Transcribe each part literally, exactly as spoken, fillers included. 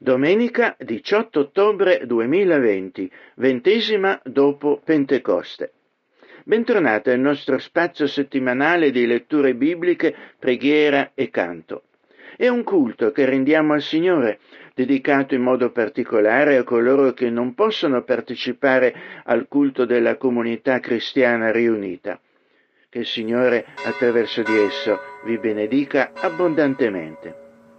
Domenica diciotto ottobre duemilaventi, ventesima dopo Pentecoste. Bentornati al nostro spazio settimanale di letture bibliche, preghiera e canto. È un culto che rendiamo al Signore, dedicato in modo particolare a coloro che non possono partecipare al culto della comunità cristiana riunita. Che il Signore, attraverso di esso, vi benedica abbondantemente.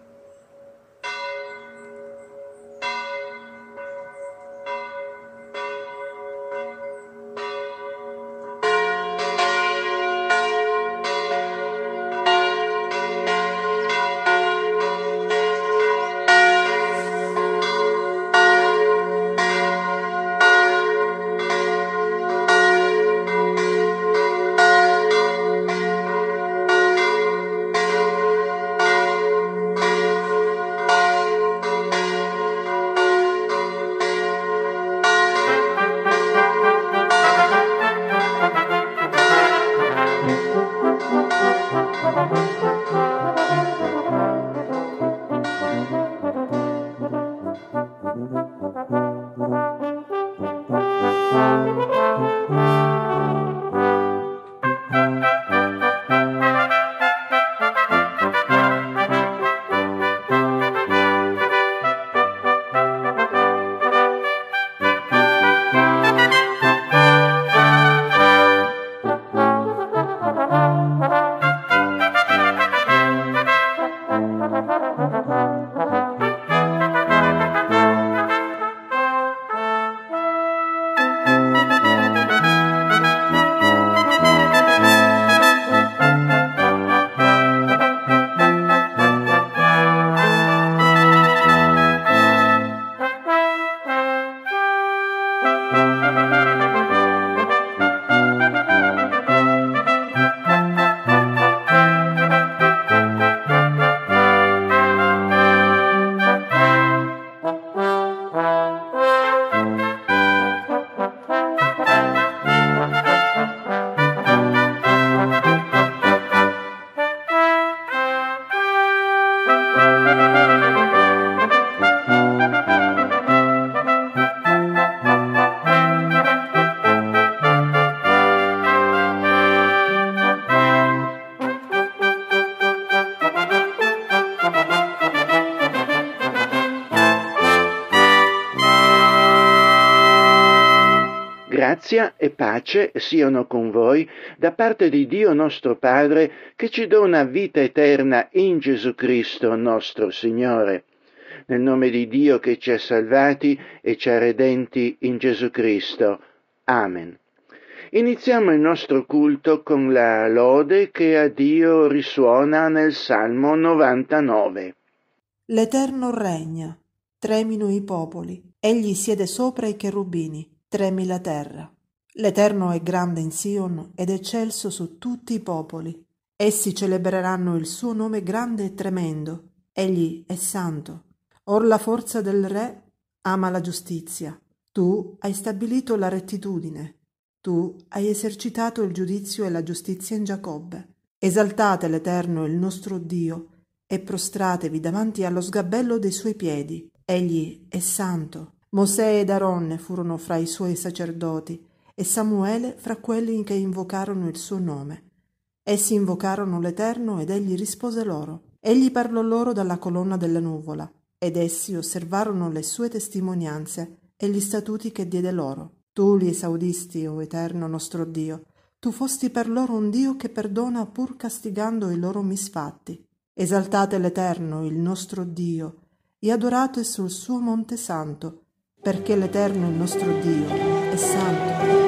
Grazia e pace siano con voi da parte di Dio nostro Padre, che ci dona vita eterna in Gesù Cristo nostro Signore. Nel nome di Dio che ci ha salvati e ci ha redenti in Gesù Cristo. Amen. Iniziamo il nostro culto con la lode che a Dio risuona nel Salmo novantanove. L'Eterno regna, tremino i popoli, egli siede sopra i cherubini. Tremi la terra. L'Eterno è grande in Sion ed eccelso su tutti i popoli. Essi celebreranno il suo nome grande e tremendo. Egli è santo. Or la forza del Re ama la giustizia. Tu hai stabilito la rettitudine. Tu hai esercitato il giudizio e la giustizia in Giacobbe. Esaltate l'Eterno, il nostro Dio, e prostratevi davanti allo sgabello dei suoi piedi. Egli è santo. Mosè ed Aronne furono fra i suoi sacerdoti e Samuele fra quelli che invocarono il suo nome. Essi invocarono l'Eterno ed egli rispose loro. Egli parlò loro dalla colonna della nuvola ed essi osservarono le sue testimonianze e gli statuti che diede loro. Tu li esaudisti, o Eterno nostro Dio. Tu fosti per loro un Dio che perdona pur castigando i loro misfatti. Esaltate l'Eterno, il nostro Dio, e adorate sul suo monte santo, perché l'Eterno, il nostro Dio, è santo.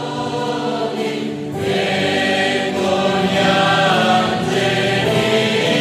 Yeah.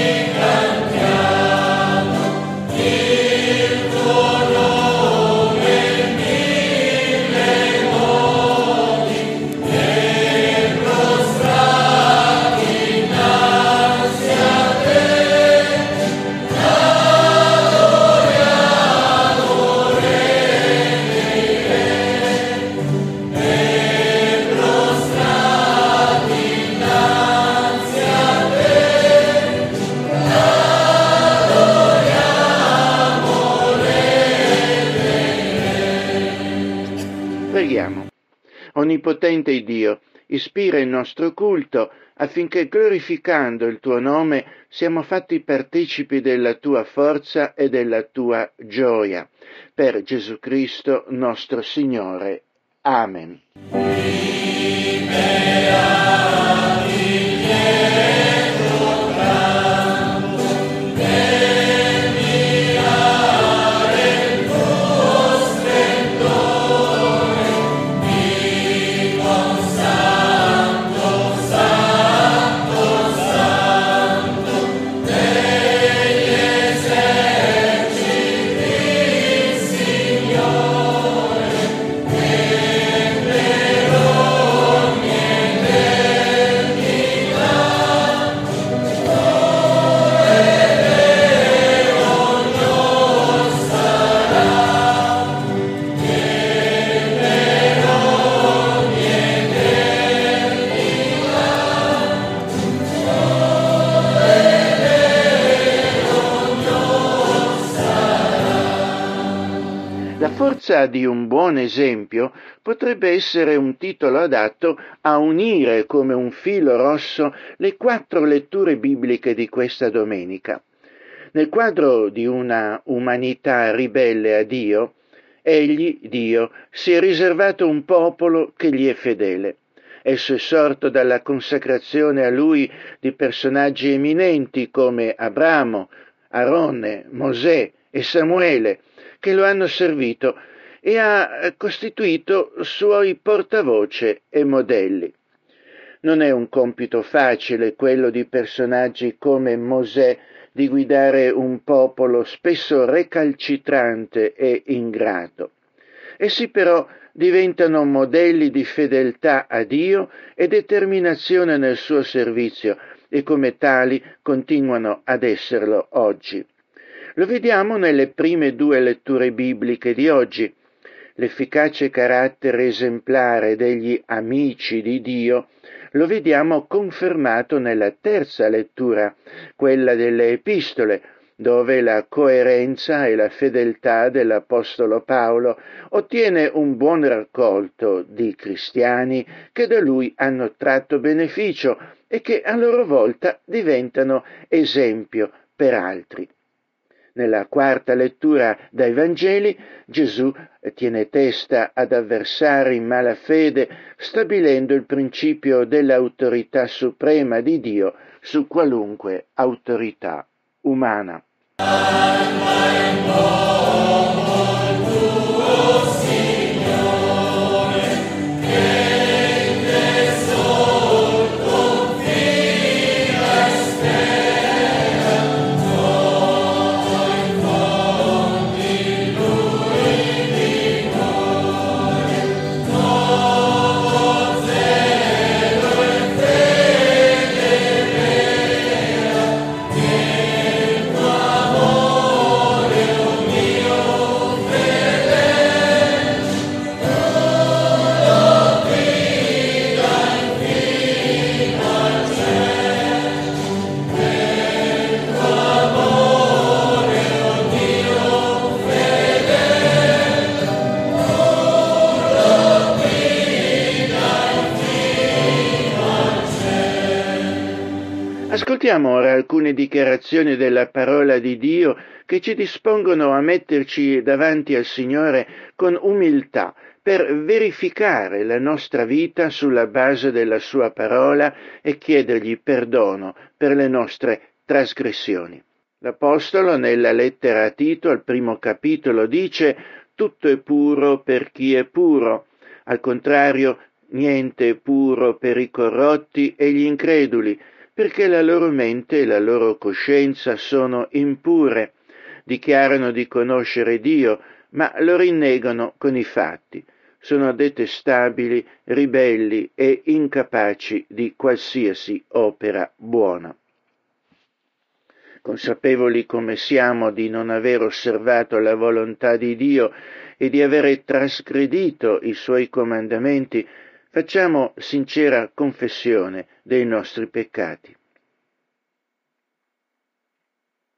Onnipotente Dio, ispira il nostro culto affinché, glorificando il tuo nome, siamo fatti partecipi della tua forza e della tua gioia. Per Gesù Cristo nostro Signore. Amen. La forza di un buon esempio potrebbe essere un titolo adatto a unire come un filo rosso le quattro letture bibliche di questa domenica. Nel quadro di una umanità ribelle a Dio, egli, Dio, si è riservato un popolo che gli è fedele. Esso è sorto dalla consacrazione a lui di personaggi eminenti come Abramo, Aronne, Mosè e Samuele, che lo hanno servito e ha costituito suoi portavoce e modelli. Non è un compito facile quello di personaggi come Mosè di guidare un popolo spesso recalcitrante e ingrato. Essi però diventano modelli di fedeltà a Dio e determinazione nel suo servizio e come tali continuano ad esserlo oggi. Lo vediamo nelle prime due letture bibliche di oggi. L'efficace carattere esemplare degli amici di Dio lo vediamo confermato nella terza lettura, quella delle epistole, dove la coerenza e la fedeltà dell'Apostolo Paolo ottiene un buon raccolto di cristiani che da lui hanno tratto beneficio e che a loro volta diventano esempio per altri. Nella quarta lettura dai Vangeli, Gesù tiene testa ad avversari in malafede, stabilendo il principio dell'autorità suprema di Dio su qualunque autorità umana. Ascoltiamo ora alcune dichiarazioni della parola di Dio che ci dispongono a metterci davanti al Signore con umiltà per verificare la nostra vita sulla base della sua parola e chiedergli perdono per le nostre trasgressioni. L'Apostolo nella lettera a Tito, al primo capitolo, dice: «Tutto è puro per chi è puro, al contrario niente è puro per i corrotti e gli increduli, perché la loro mente e la loro coscienza sono impure, dichiarano di conoscere Dio, ma lo rinnegano con i fatti. Sono detestabili, ribelli e incapaci di qualsiasi opera buona». Consapevoli come siamo di non aver osservato la volontà di Dio e di avere trasgredito i suoi comandamenti, facciamo sincera confessione dei nostri peccati.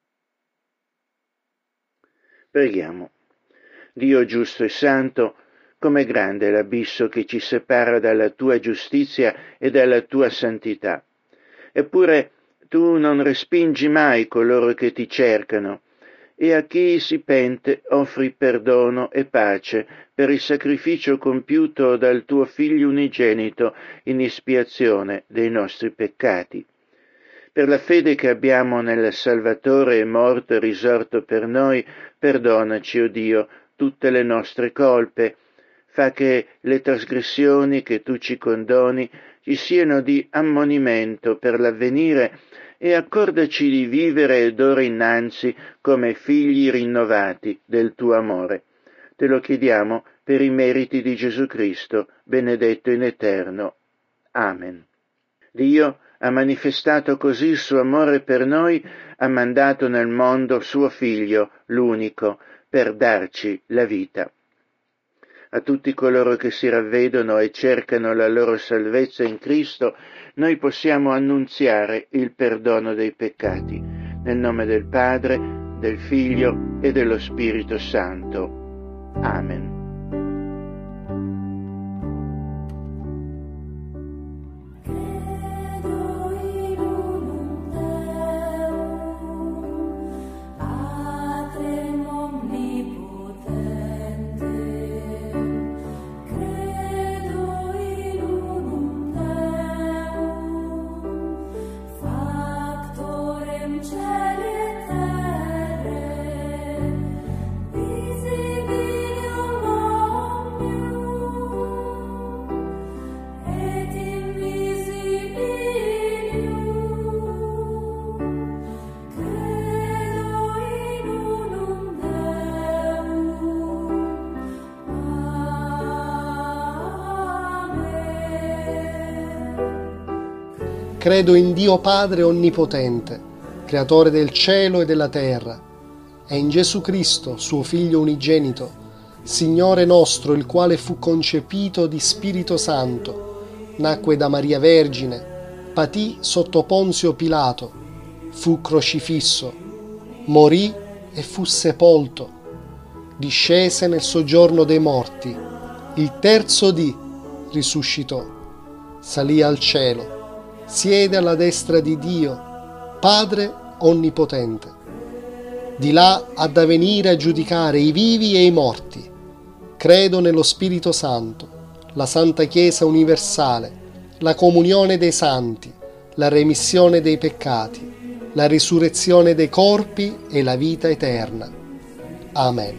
Preghiamo. Dio giusto e santo, Com'è grande l'abisso che ci separa dalla tua giustizia e dalla tua santità. Eppure tu non respingi mai coloro che ti cercano, e a chi si pente offri perdono e pace per il sacrificio compiuto dal tuo Figlio unigenito in espiazione dei nostri peccati. Per la fede che abbiamo nel Salvatore morto e risorto per noi, perdonaci, o Dio, tutte le nostre colpe. Fa che le trasgressioni che tu ci condoni ci siano di ammonimento per l'avvenire e accordaci di vivere d'ora innanzi come figli rinnovati del tuo amore. Te lo chiediamo per i meriti di Gesù Cristo, benedetto in eterno. Amen. Dio ha manifestato così il suo amore per noi, ha mandato nel mondo suo Figlio, l'unico, per darci la vita. A tutti coloro che si ravvedono e cercano la loro salvezza in Cristo, noi possiamo annunziare il perdono dei peccati. Nel nome del Padre, del Figlio e dello Spirito Santo. Amen. Credo in Dio Padre Onnipotente, Creatore del cielo e della terra, e in Gesù Cristo, suo Figlio unigenito, Signore nostro, il quale fu concepito di Spirito Santo, nacque da Maria Vergine, patì sotto Ponzio Pilato, fu crocifisso, morì e fu sepolto, discese nel soggiorno dei morti, il terzo dì risuscitò, salì al cielo, siede alla destra di Dio, Padre Onnipotente. Di là ha da venire a giudicare i vivi e i morti. Credo nello Spirito Santo, la Santa Chiesa universale, la comunione dei santi, la remissione dei peccati, la risurrezione dei corpi e la vita eterna. Amen.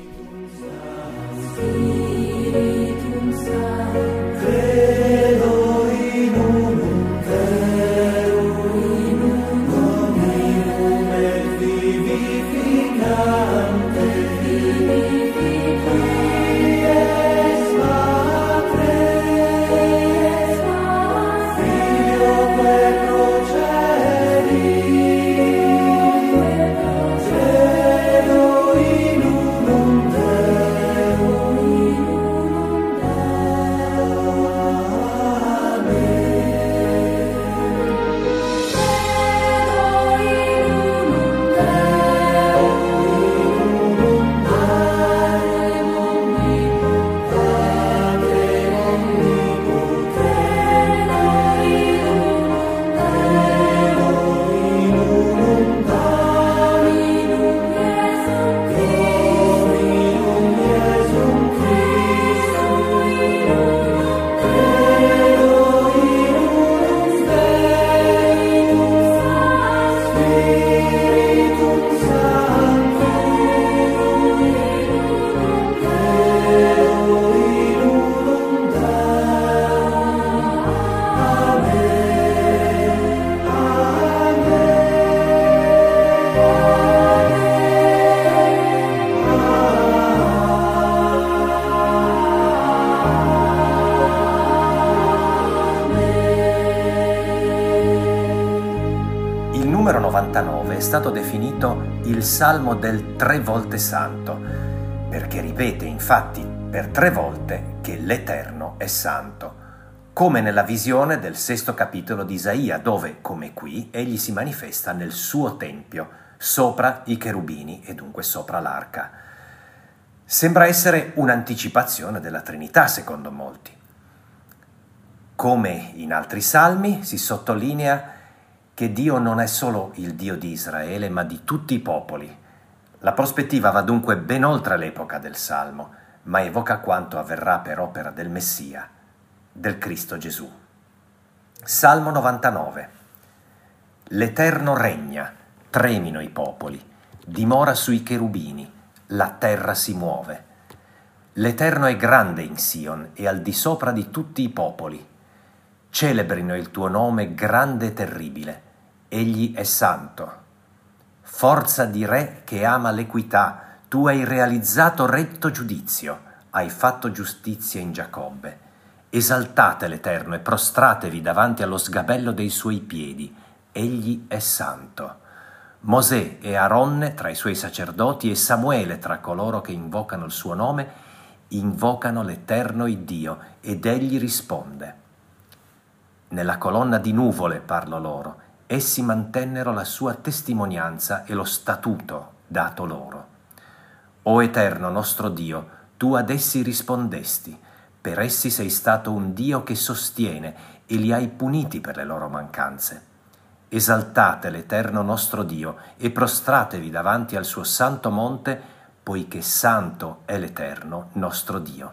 novantanove è stato definito il Salmo del tre volte santo, perché ripete infatti per tre volte che l'Eterno è santo, come nella visione del sesto capitolo di Isaia, dove, come qui, egli si manifesta nel suo tempio, sopra i cherubini e dunque sopra l'arca. Sembra essere un'anticipazione della Trinità, secondo molti. Come in altri salmi, si sottolinea che Dio non è solo il Dio di Israele, ma di tutti i popoli. La prospettiva va dunque ben oltre l'epoca del Salmo, ma evoca quanto avverrà per opera del Messia, del Cristo Gesù. Salmo novantanove. L'Eterno regna, tremino i popoli, dimora sui cherubini, la terra si muove. L'Eterno è grande in Sion e al di sopra di tutti i popoli. Celebrino il tuo nome grande e terribile. Egli è santo. Forza di re che ama l'equità, tu hai realizzato retto giudizio, hai fatto giustizia in Giacobbe. Esaltate l'Eterno e prostratevi davanti allo sgabello dei suoi piedi. Egli è santo. Mosè e Aronne tra i suoi sacerdoti e Samuele tra coloro che invocano il suo nome, invocano l'Eterno Iddio ed egli risponde. Nella colonna di nuvole parlo loro, essi mantennero la sua testimonianza e lo statuto dato loro. O Eterno nostro Dio, tu ad essi rispondesti, per essi sei stato un Dio che sostiene e li hai puniti per le loro mancanze. Esaltate l'Eterno nostro Dio e prostratevi davanti al suo santo monte, poiché santo è l'Eterno nostro Dio.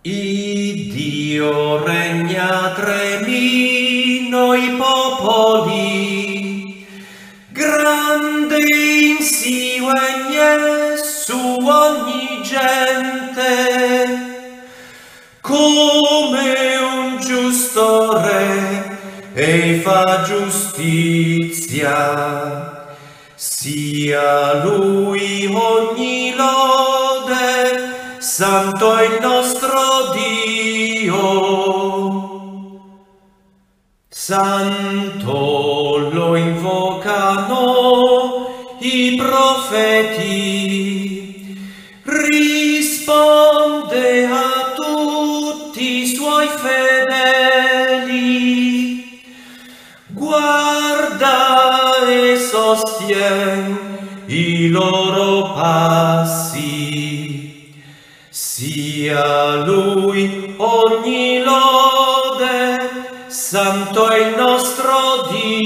Iddio regna tremino i popoli, grande in Sion su ogni gente, come un giusto re e fa giustizia, sia lui ogni lode, santo è il nostro Dio. Santo lo invocano i profeti, risponde a tutti i suoi fedeli, guarda e sostien i loro passi, sia lui ogni lode, santo è il nostro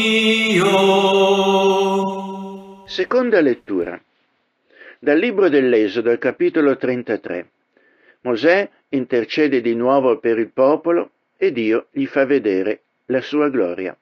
Dio. Seconda lettura. Dal libro dell'Esodo, al capitolo trentatré. Mosè intercede di nuovo per il popolo e Dio gli fa vedere la sua gloria.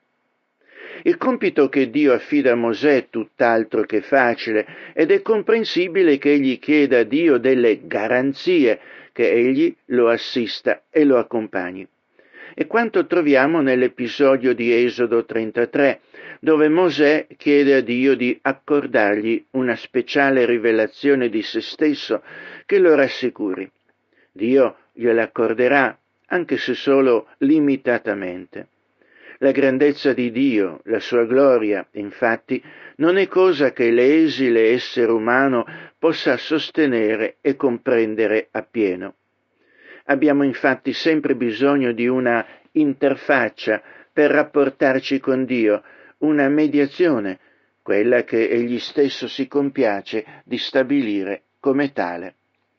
Il compito che Dio affida a Mosè è tutt'altro che facile ed è comprensibile che egli chieda a Dio delle garanzie che egli lo assista e lo accompagni. È quanto troviamo nell'episodio di Esodo trentatré, dove Mosè chiede a Dio di accordargli una speciale rivelazione di se stesso che lo rassicuri. Dio gliela accorderà, anche se solo limitatamente. La grandezza di Dio, la sua gloria, infatti, non è cosa che l'esile essere umano possa sostenere e comprendere appieno. Abbiamo infatti sempre bisogno di una interfaccia per rapportarci con Dio, una mediazione, quella che egli stesso si compiace di stabilire come tale.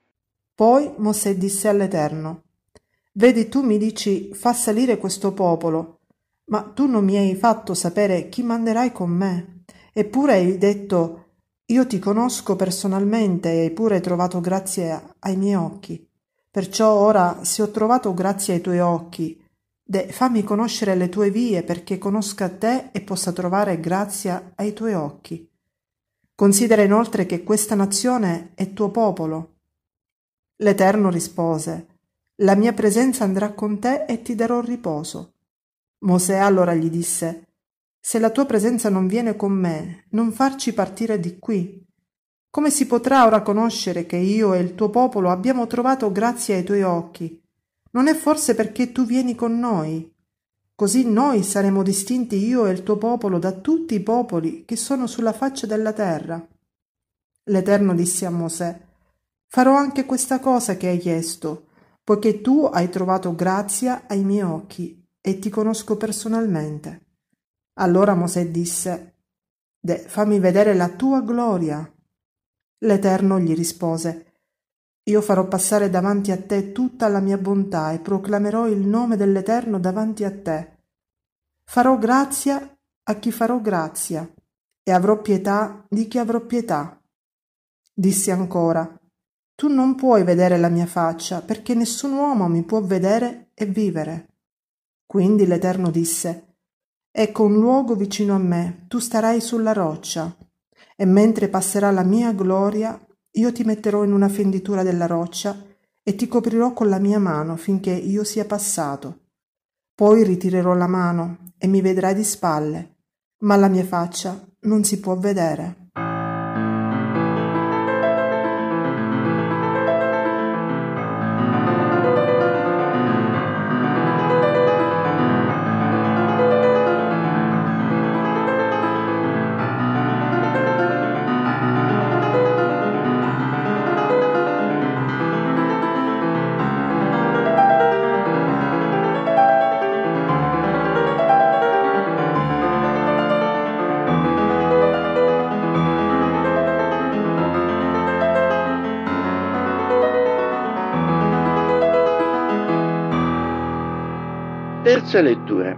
Poi Mosè disse all'Eterno: Vedi, tu mi dici, fa salire questo popolo, ma tu non mi hai fatto sapere chi manderai con me. Eppure hai detto, io ti conosco personalmente e hai pure trovato grazia ai miei occhi. Perciò ora, se ho trovato grazia ai tuoi occhi, de, fammi conoscere le tue vie perché conosca te e possa trovare grazia ai tuoi occhi. Considera inoltre che questa nazione è tuo popolo. L'Eterno rispose, la mia presenza andrà con te e ti darò riposo. Mosè allora gli disse, se la tua presenza non viene con me, non farci partire di qui. Come si potrà ora conoscere che io e il tuo popolo abbiamo trovato grazia ai tuoi occhi? Non è forse perché tu vieni con noi? Così noi saremo distinti io e il tuo popolo da tutti i popoli che sono sulla faccia della terra. L'Eterno disse a Mosè, farò anche questa cosa che hai chiesto, poiché tu hai trovato grazia ai miei occhi e ti conosco personalmente. Allora Mosè disse, De, fammi vedere la tua gloria. L'Eterno gli rispose, Io farò passare davanti a te tutta la mia bontà e proclamerò il nome dell'Eterno davanti a te. Farò grazia a chi farò grazia e avrò pietà di chi avrò pietà. Dissi ancora: tu non puoi vedere la mia faccia, perché nessun uomo mi può vedere e vivere. Quindi l'Eterno disse: ecco un luogo vicino a me, tu starai sulla roccia, e mentre passerà la mia gloria, io ti metterò in una fenditura della roccia e ti coprirò con la mia mano finché io sia passato. Poi ritirerò la mano e mi vedrai di spalle, ma la mia faccia non si può vedere. Terza lettura.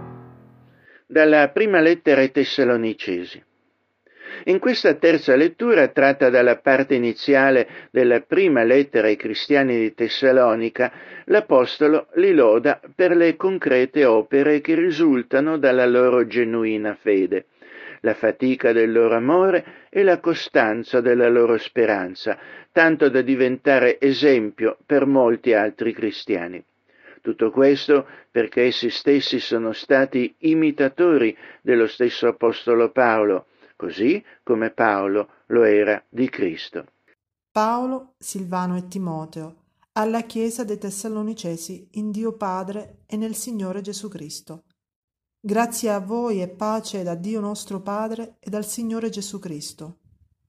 Dalla prima lettera ai Tessalonicesi. In questa terza lettura, tratta dalla parte iniziale della prima lettera ai cristiani di Tessalonica, l'Apostolo li loda per le concrete opere che risultano dalla loro genuina fede, la fatica del loro amore e la costanza della loro speranza, tanto da diventare esempio per molti altri cristiani. Tutto questo perché essi stessi sono stati imitatori dello stesso Apostolo Paolo, così come Paolo lo era di Cristo. Paolo, Silvano e Timoteo, alla Chiesa dei Tessalonicesi in Dio Padre e nel Signore Gesù Cristo. Grazie a voi e pace da Dio nostro Padre e dal Signore Gesù Cristo.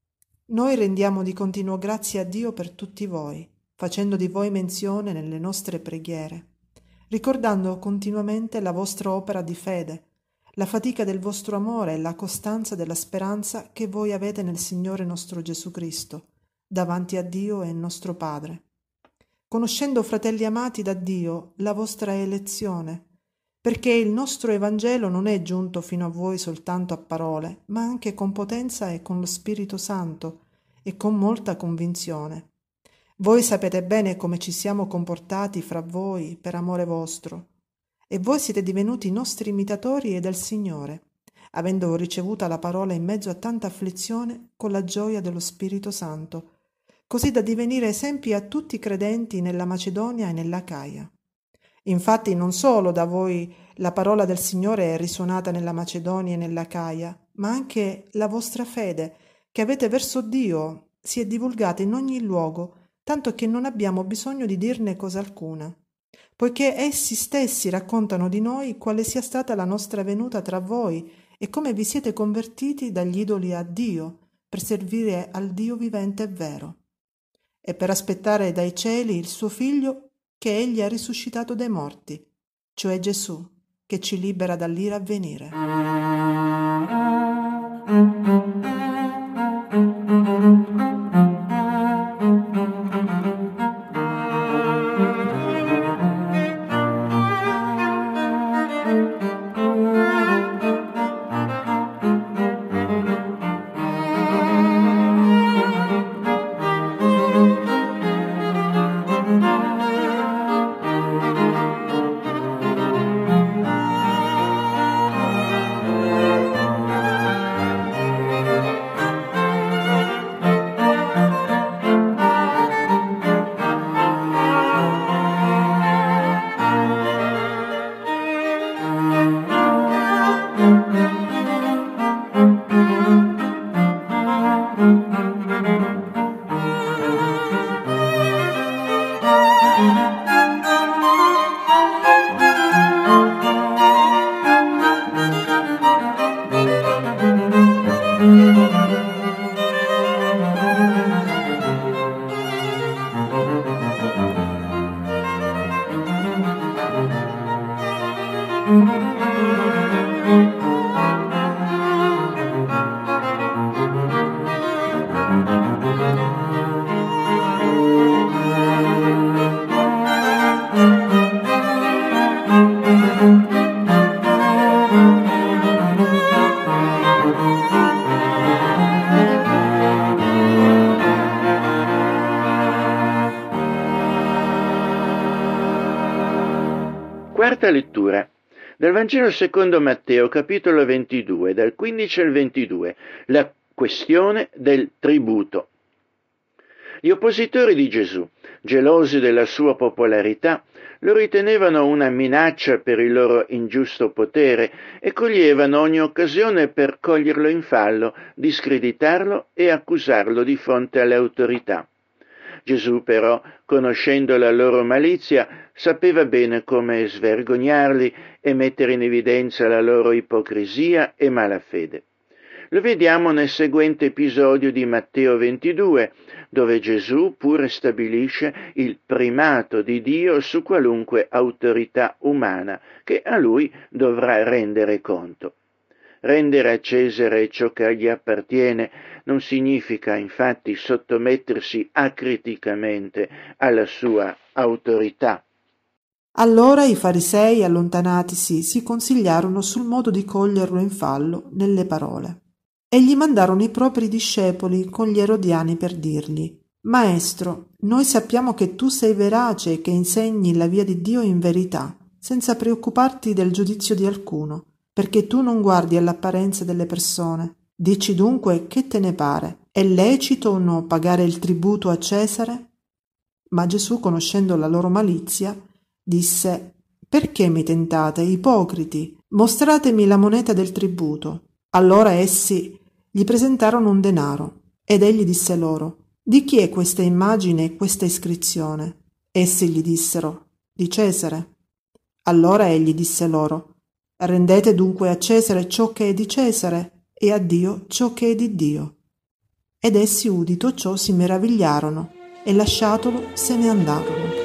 Noi rendiamo di continuo grazie a Dio per tutti voi, facendo di voi menzione nelle nostre preghiere, ricordando continuamente la vostra opera di fede, la fatica del vostro amore e la costanza della speranza che voi avete nel Signore nostro Gesù Cristo, davanti a Dio e nostro Padre. Conoscendo, fratelli amati da Dio, la vostra elezione, perché il nostro Evangelo non è giunto fino a voi soltanto a parole, ma anche con potenza e con lo Spirito Santo e con molta convinzione. Voi sapete bene come ci siamo comportati fra voi per amore vostro, e voi siete divenuti nostri imitatori e del Signore, avendo ricevuta la parola in mezzo a tanta afflizione con la gioia dello Spirito Santo, così da divenire esempi a tutti i credenti nella Macedonia e nell'Acaia. Infatti non solo da voi la parola del Signore è risuonata nella Macedonia e nell'Acaia, ma anche la vostra fede, che avete verso Dio, si è divulgata in ogni luogo, tanto che non abbiamo bisogno di dirne cosa alcuna, poiché essi stessi raccontano di noi quale sia stata la nostra venuta tra voi e come vi siete convertiti dagli idoli a Dio, per servire al Dio vivente e vero, e per aspettare dai cieli il suo Figlio che egli ha risuscitato dai morti, cioè Gesù, che ci libera dall'ira a venire. Santa lettura dal Vangelo secondo Matteo, capitolo ventidue, dal quindici al ventidue, la questione del tributo. Gli oppositori di Gesù, gelosi della sua popolarità, lo ritenevano una minaccia per il loro ingiusto potere e coglievano ogni occasione per coglierlo in fallo, discreditarlo e accusarlo di fronte alle autorità. Gesù però, conoscendo la loro malizia, sapeva bene come svergognarli e mettere in evidenza la loro ipocrisia e malafede. Lo vediamo nel seguente episodio di Matteo ventidue, dove Gesù pure stabilisce il primato di Dio su qualunque autorità umana che a lui dovrà rendere conto. Rendere a Cesare ciò che gli appartiene non significa infatti sottomettersi acriticamente alla sua autorità. Allora i farisei, allontanatisi, si consigliarono sul modo di coglierlo in fallo nelle parole. E gli mandarono i propri discepoli con gli erodiani per dirgli: Maestro, noi sappiamo che tu sei verace e che insegni la via di Dio in verità, senza preoccuparti del giudizio di alcuno, perché tu non guardi all'apparenza delle persone. Dici dunque che te ne pare? È lecito o no pagare il tributo a Cesare? Ma Gesù, conoscendo la loro malizia, disse: Perché mi tentate, ipocriti? Mostratemi la moneta del tributo. Allora essi gli presentarono un denaro, ed egli disse loro: Di chi è questa immagine e questa iscrizione? Essi gli dissero: Di Cesare. Allora egli disse loro: Rendete dunque a Cesare ciò che è di Cesare e a Dio ciò che è di Dio. Ed essi, udito ciò, si meravigliarono e lasciatolo se ne andarono.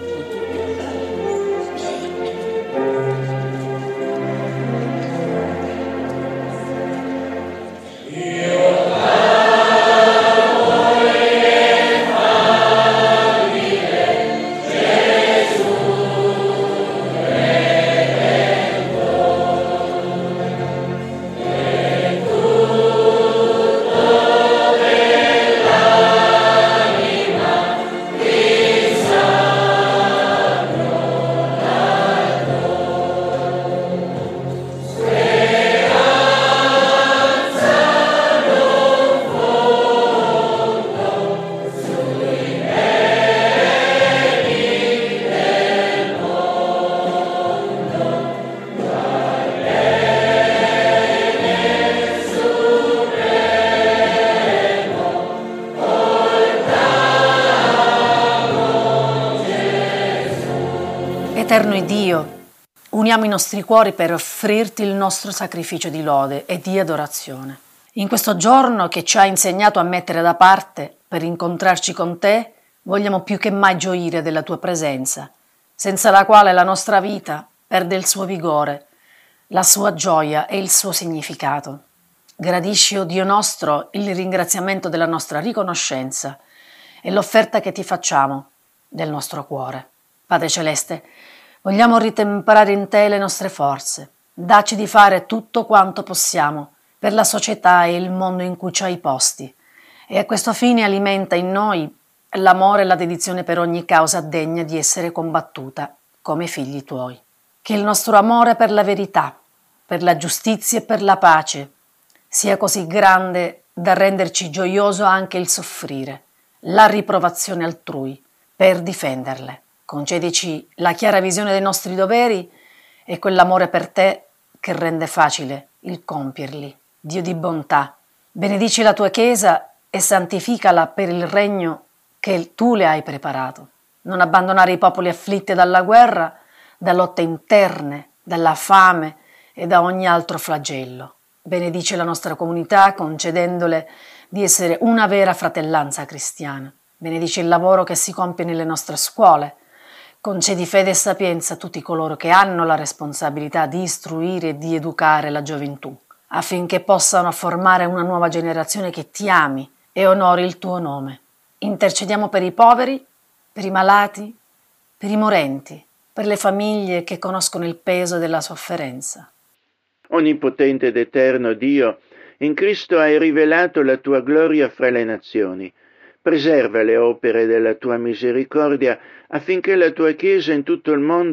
Eterno Dio, uniamo i nostri cuori per offrirti il nostro sacrificio di lode e di adorazione. In questo giorno che ci ha insegnato a mettere da parte per incontrarci con te, vogliamo più che mai gioire della tua presenza, senza la quale la nostra vita perde il suo vigore, la sua gioia e il suo significato. Gradisci, o Dio nostro, il ringraziamento della nostra riconoscenza e l'offerta che ti facciamo del nostro cuore. Padre Celeste, vogliamo ritemperare in te le nostre forze. Dacci di fare tutto quanto possiamo per la società e il mondo in cui ci hai posti, e a questo fine alimenta in noi l'amore e la dedizione per ogni causa degna di essere combattuta come figli tuoi. Che il nostro amore per la verità, per la giustizia e per la pace sia così grande da renderci gioioso anche il soffrire, la riprovazione altrui per difenderle. Concedici la chiara visione dei nostri doveri e quell'amore per te che rende facile il compierli. Dio di bontà, benedici la tua Chiesa e santificala per il regno che tu le hai preparato. Non abbandonare i popoli afflitti dalla guerra, da lotte interne, dalla fame e da ogni altro flagello. Benedice la nostra comunità concedendole di essere una vera fratellanza cristiana. Benedice il lavoro che si compie nelle nostre scuole. Concedi fede e sapienza a tutti coloro che hanno la responsabilità di istruire e di educare la gioventù, affinché possano formare una nuova generazione che ti ami e onori il tuo nome. Intercediamo per i poveri, per i malati, per i morenti, per le famiglie che conoscono il peso della sofferenza. Onnipotente ed eterno Dio, in Cristo hai rivelato la tua gloria fra le nazioni. Preserva le opere della tua misericordia affinché la tua Chiesa in tutto il mondo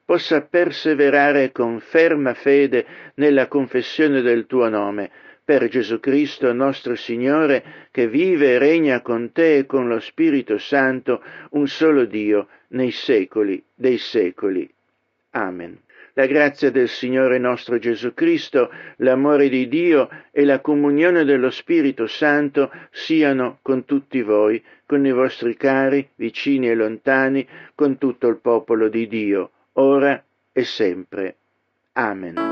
possa perseverare con ferma fede nella confessione del tuo nome, per Gesù Cristo nostro Signore, che vive e regna con te e con lo Spirito Santo, un solo Dio, nei secoli dei secoli. Amen. La grazia del Signore nostro Gesù Cristo, l'amore di Dio e la comunione dello Spirito Santo siano con tutti voi, con i vostri cari, vicini e lontani, con tutto il popolo di Dio, ora e sempre. Amen.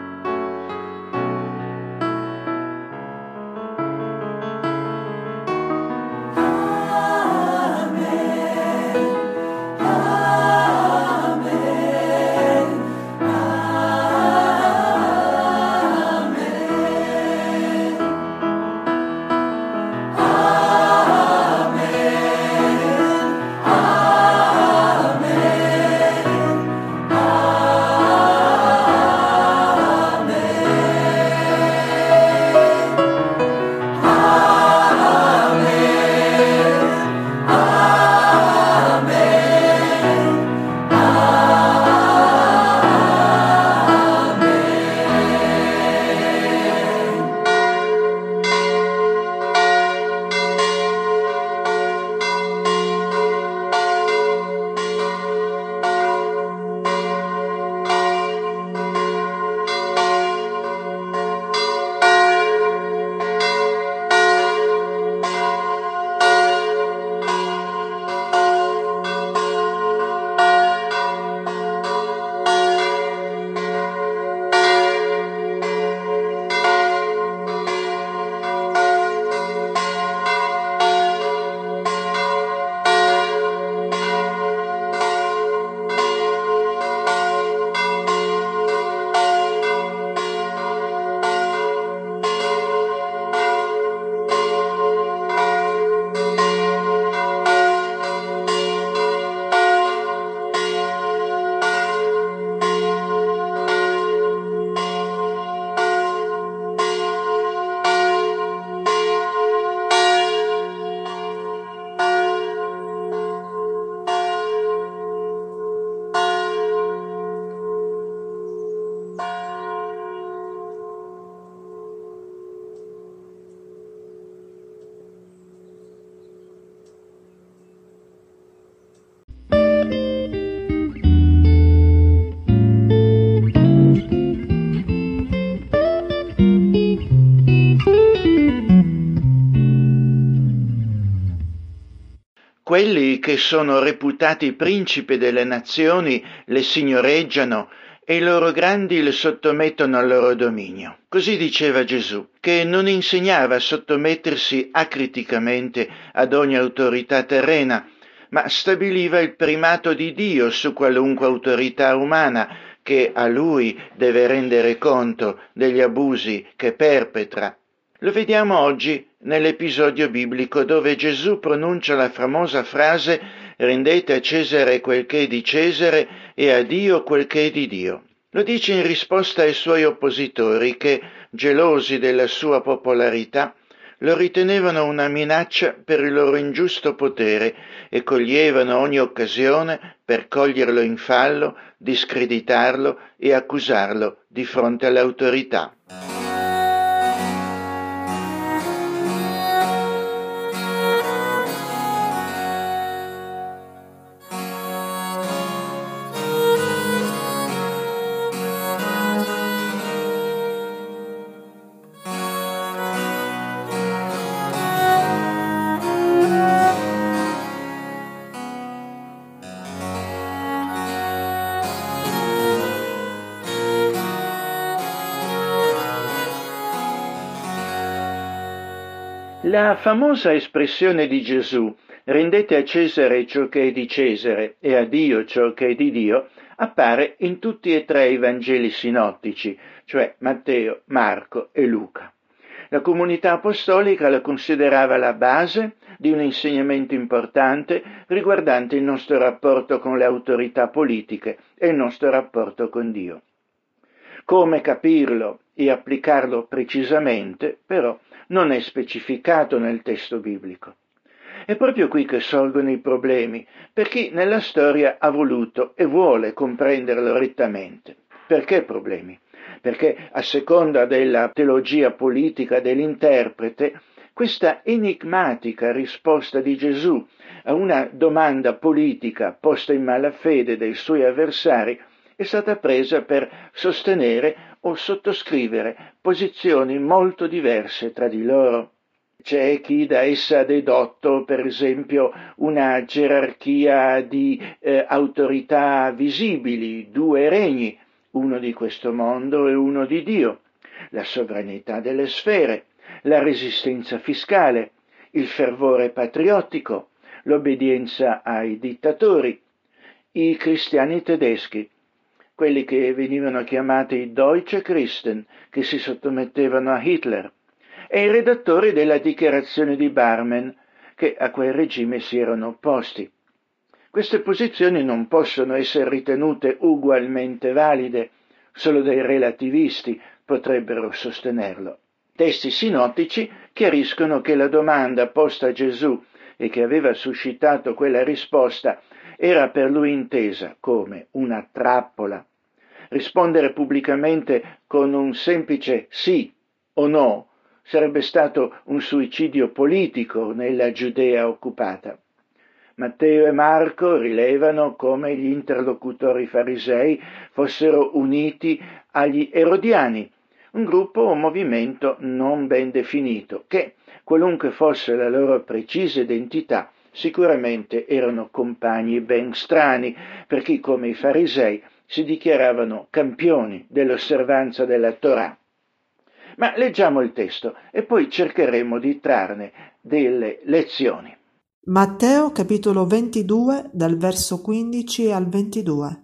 Quelli che sono reputati principi delle nazioni le signoreggiano e i loro grandi le sottomettono al loro dominio. Così diceva Gesù, che non insegnava a sottomettersi acriticamente ad ogni autorità terrena, ma stabiliva il primato di Dio su qualunque autorità umana, che a Lui deve rendere conto degli abusi che perpetra. Lo vediamo oggi nell'episodio biblico dove Gesù pronuncia la famosa frase «Rendete a Cesare quel che è di Cesare e a Dio quel che è di Dio». Lo dice in risposta ai suoi oppositori che, gelosi della sua popolarità, lo ritenevano una minaccia per il loro ingiusto potere e coglievano ogni occasione per coglierlo in fallo, discreditarlo e accusarlo di fronte alle autorità. La famosa espressione di Gesù, rendete a Cesare ciò che è di Cesare e a Dio ciò che è di Dio, appare in tutti e tre i Vangeli sinottici, cioè Matteo, Marco e Luca. La comunità apostolica la considerava la base di un insegnamento importante riguardante il nostro rapporto con le autorità politiche e il nostro rapporto con Dio. Come capirlo e applicarlo precisamente, però, non è specificato nel testo biblico. È proprio qui che sorgono i problemi, per chi nella storia ha voluto e vuole comprenderlo rettamente. Perché problemi? Perché a seconda della teologia politica dell'interprete, questa enigmatica risposta di Gesù a una domanda politica posta in malafede dai suoi avversari è stata presa per sostenere o sottoscrivere posizioni molto diverse tra di loro. C'è chi da essa ha dedotto, per esempio, una gerarchia di eh, autorità visibili, due regni, uno di questo mondo e uno di Dio, la sovranità delle sfere, la resistenza fiscale, il fervore patriottico, l'obbedienza ai dittatori, i cristiani tedeschi, quelli che venivano chiamati Deutsche Christen, che si sottomettevano a Hitler, e i redattori della dichiarazione di Barmen, che a quel regime si erano opposti. Queste posizioni non possono essere ritenute ugualmente valide, solo dei relativisti potrebbero sostenerlo. Testi sinottici chiariscono che la domanda posta a Gesù e che aveva suscitato quella risposta era per lui intesa come una trappola. Rispondere pubblicamente con un semplice sì o no sarebbe stato un suicidio politico nella Giudea occupata. Matteo e Marco rilevano come gli interlocutori farisei fossero uniti agli erodiani, un gruppo o movimento non ben definito, che, qualunque fosse la loro precisa identità, sicuramente erano compagni ben strani, per chi, come i farisei, si dichiaravano campioni dell'osservanza della Torah. Ma leggiamo il testo e poi cercheremo di trarne delle lezioni. Matteo capitolo ventidue dal verso quindici al ventidue.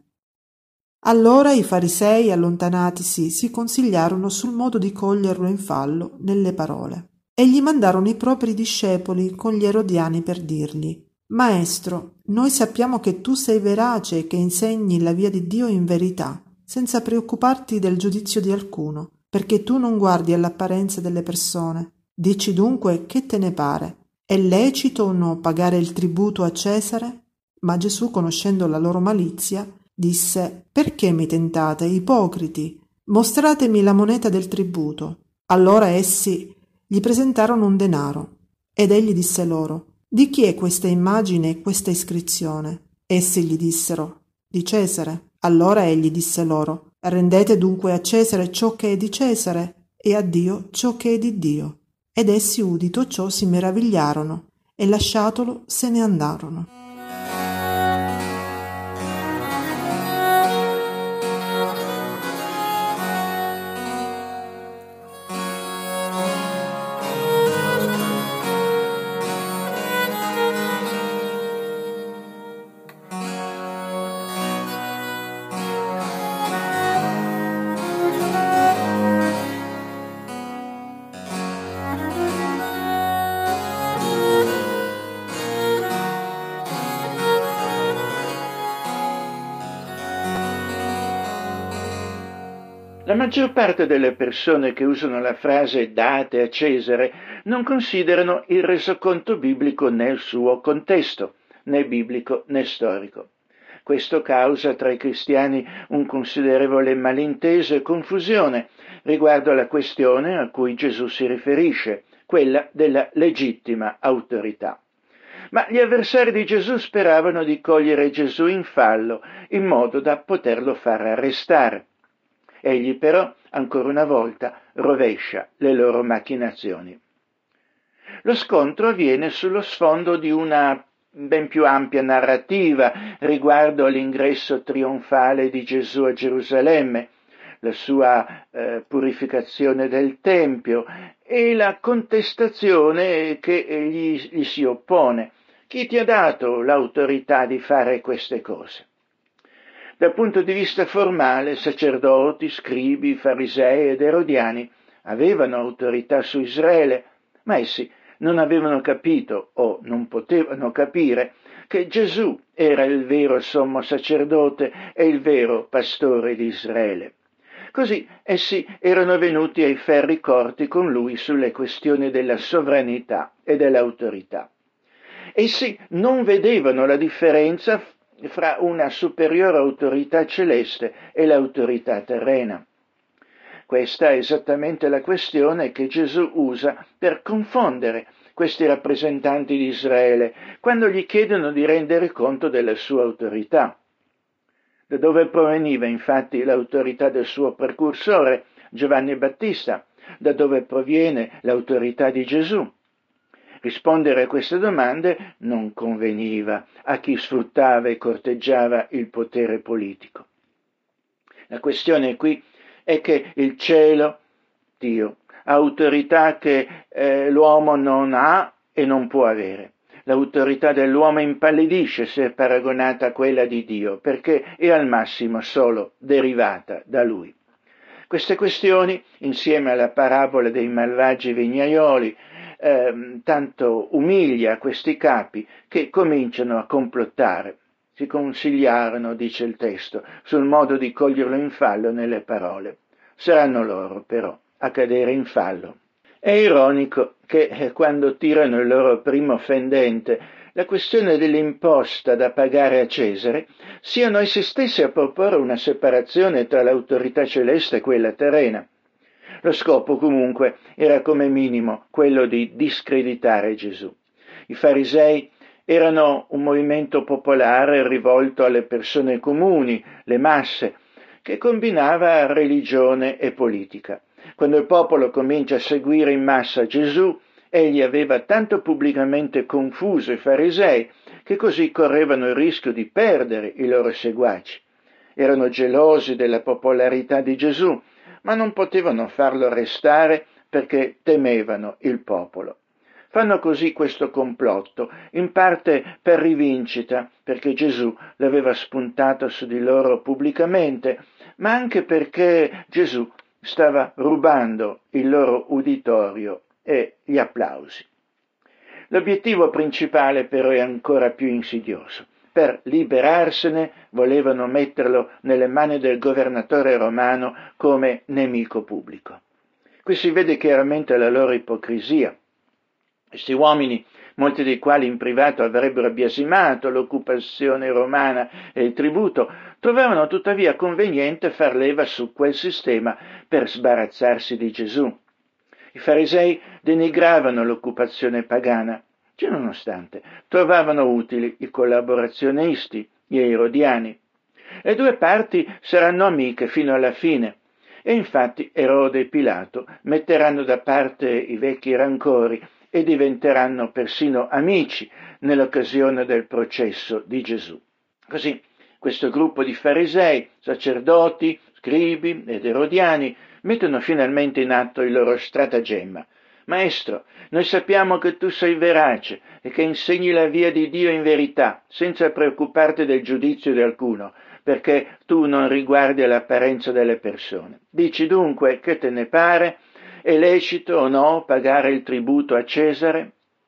Allora i farisei, allontanatisi, si consigliarono sul modo di coglierlo in fallo nelle parole, e gli mandarono i propri discepoli con gli erodiani per dirgli: Maestro, noi sappiamo che tu sei verace e che insegni la via di Dio in verità, senza preoccuparti del giudizio di alcuno, perché tu non guardi all'apparenza delle persone. Dici dunque che te ne pare. È lecito o no pagare il tributo a Cesare? Ma Gesù, conoscendo la loro malizia, disse: Perché mi tentate, ipocriti? Mostratemi la moneta del tributo. Allora essi gli presentarono un denaro. Ed egli disse loro: Di chi è questa immagine e questa iscrizione? Essi gli dissero: Di Cesare. Allora egli disse loro: Rendete dunque a Cesare ciò che è di Cesare e a Dio ciò che è di Dio. Ed essi, udito ciò, si meravigliarono e lasciatolo se ne andarono. La maggior parte delle persone che usano la frase date a Cesare non considerano il resoconto biblico nel suo contesto, né biblico né storico. Questo causa tra i cristiani un considerevole malinteso e confusione riguardo alla questione a cui Gesù si riferisce, quella della legittima autorità. Ma gli avversari di Gesù speravano di cogliere Gesù in fallo in modo da poterlo far arrestare. Egli però, ancora una volta, rovescia le loro macchinazioni. Lo scontro avviene sullo sfondo di una ben più ampia narrativa riguardo all'ingresso trionfale di Gesù a Gerusalemme, la sua eh, purificazione del Tempio e la contestazione che gli, gli si oppone. Chi ti ha dato l'autorità di fare queste cose? Dal punto di vista formale, sacerdoti, scribi, farisei ed erodiani avevano autorità su Israele, ma essi non avevano capito o non potevano capire che Gesù era il vero sommo sacerdote e il vero pastore di Israele. Così essi erano venuti ai ferri corti con lui sulle questioni della sovranità e dell'autorità. Essi non vedevano la differenza fra una superiore autorità celeste e l'autorità terrena. Questa è esattamente la questione che Gesù usa per confondere questi rappresentanti di Israele quando gli chiedono di rendere conto della sua autorità. Da dove proveniva infatti l'autorità del suo precursore, Giovanni Battista? Da dove proviene l'autorità di Gesù? Rispondere a queste domande non conveniva a chi sfruttava e corteggiava il potere politico. La questione qui è che il cielo, Dio, ha autorità che eh, l'uomo non ha e non può avere. L'autorità dell'uomo impallidisce se paragonata a quella di Dio, perché è al massimo solo derivata da Lui. Queste questioni, insieme alla parabola dei malvagi vignaioli, eh, tanto umiglia questi capi che cominciano a complottare. Si consigliarono, dice il testo, sul modo di coglierlo in fallo nelle parole. Saranno loro, però, a cadere in fallo. È ironico che eh, quando tirano il loro primo fendente, la questione dell'imposta da pagare a Cesare, siano essi stessi a proporre una separazione tra l'autorità celeste e quella terrena. Lo scopo comunque era come minimo quello di discreditare Gesù. I farisei erano un movimento popolare rivolto alle persone comuni, le masse, che combinava religione e politica. Quando il popolo comincia a seguire in massa Gesù, egli aveva tanto pubblicamente confuso i farisei che così correvano il rischio di perdere i loro seguaci. Erano gelosi della popolarità di Gesù, ma non potevano farlo restare perché temevano il popolo. Fanno così questo complotto, in parte per rivincita, perché Gesù l'aveva spuntato su di loro pubblicamente, ma anche perché Gesù stava rubando il loro uditorio e gli applausi. L'obiettivo principale però è ancora più insidioso. Per liberarsene volevano metterlo nelle mani del governatore romano come nemico pubblico. Qui si vede chiaramente la loro ipocrisia. Questi uomini, molti dei quali in privato avrebbero biasimato l'occupazione romana e il tributo, trovavano tuttavia conveniente far leva su quel sistema per sbarazzarsi di Gesù. I farisei denigravano l'occupazione pagana, ciononostante trovavano utili i collaborazionisti, gli erodiani. Le due parti saranno amiche fino alla fine, e infatti Erode e Pilato metteranno da parte i vecchi rancori e diventeranno persino amici nell'occasione del processo di Gesù. Così questo gruppo di farisei, sacerdoti, scribi ed erodiani mettono finalmente in atto il loro stratagemma. Maestro, noi sappiamo che tu sei verace e che insegni la via di Dio in verità, senza preoccuparti del giudizio di alcuno, perché tu non riguardi l'apparenza delle persone. Dici dunque che te ne pare? È lecito o no pagare il tributo a Cesare?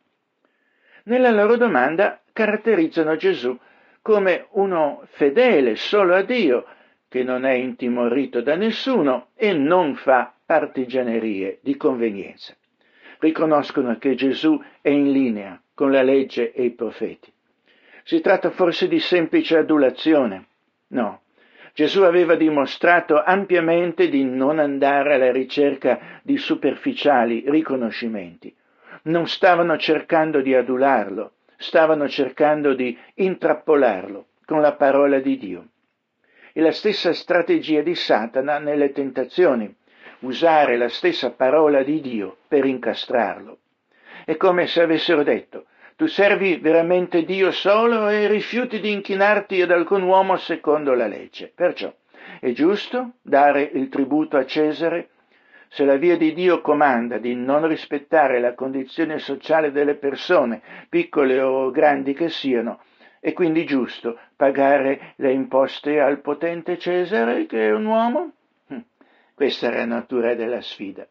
Nella loro domanda caratterizzano Gesù come uno fedele solo a Dio, che non è intimorito da nessuno e non fa partigianerie di convenienza. Riconoscono che Gesù è in linea con la legge e i profeti. Si tratta forse di semplice adulazione? No. Gesù aveva dimostrato ampiamente di non andare alla ricerca di superficiali riconoscimenti. Non stavano cercando di adularlo, stavano cercando di intrappolarlo con la parola di Dio. È la stessa strategia di Satana nelle tentazioni, usare la stessa parola di Dio per incastrarlo. È come se avessero detto: tu servi veramente Dio solo e rifiuti di inchinarti ad alcun uomo secondo la legge. Perciò è giusto dare il tributo a Cesare? Se la via di Dio comanda di non rispettare la condizione sociale delle persone, piccole o grandi che siano, è quindi giusto pagare le imposte al potente Cesare, che è un uomo? Questa era la natura della sfida.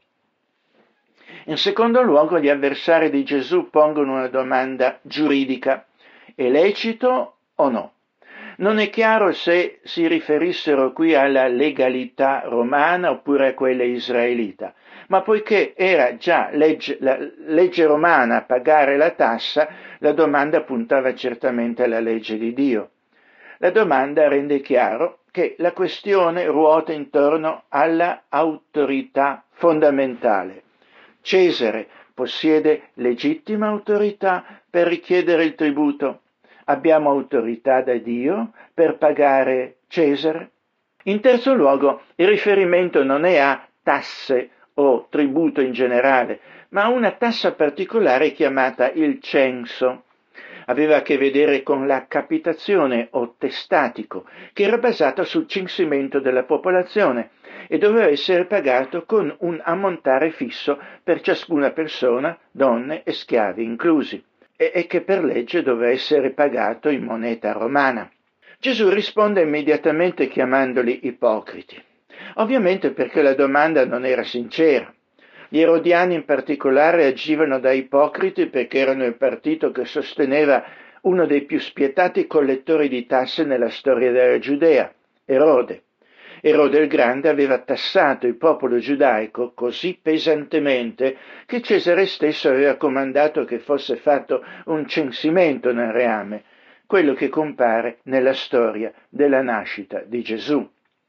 In secondo luogo, gli avversari di Gesù pongono una domanda giuridica: è lecito o no? Non è chiaro se si riferissero qui alla legalità romana oppure a quella israelita, ma poiché era già legge, la legge romana pagare la tassa, la domanda puntava certamente alla legge di Dio. La domanda rende chiaro che la questione ruota intorno alla autorità fondamentale. Cesare possiede legittima autorità per richiedere il tributo. Abbiamo autorità da Dio per pagare Cesare? In terzo luogo, il riferimento non è a tasse o tributo in generale, ma a una tassa particolare chiamata il censo. Aveva a che vedere con la capitazione o testatico, che era basato sul censimento della popolazione e doveva essere pagato con un ammontare fisso per ciascuna persona, donne e schiavi inclusi, e che per legge doveva essere pagato in moneta romana. Gesù risponde immediatamente chiamandoli ipocriti, ovviamente perché la domanda non era sincera. Gli erodiani in particolare agivano da ipocriti perché erano il partito che sosteneva uno dei più spietati collettori di tasse nella storia della Giudea, Erode. Erode il Grande aveva tassato il popolo giudaico così pesantemente che Cesare stesso aveva comandato che fosse fatto un censimento nel reame, quello che compare nella storia della nascita di Gesù.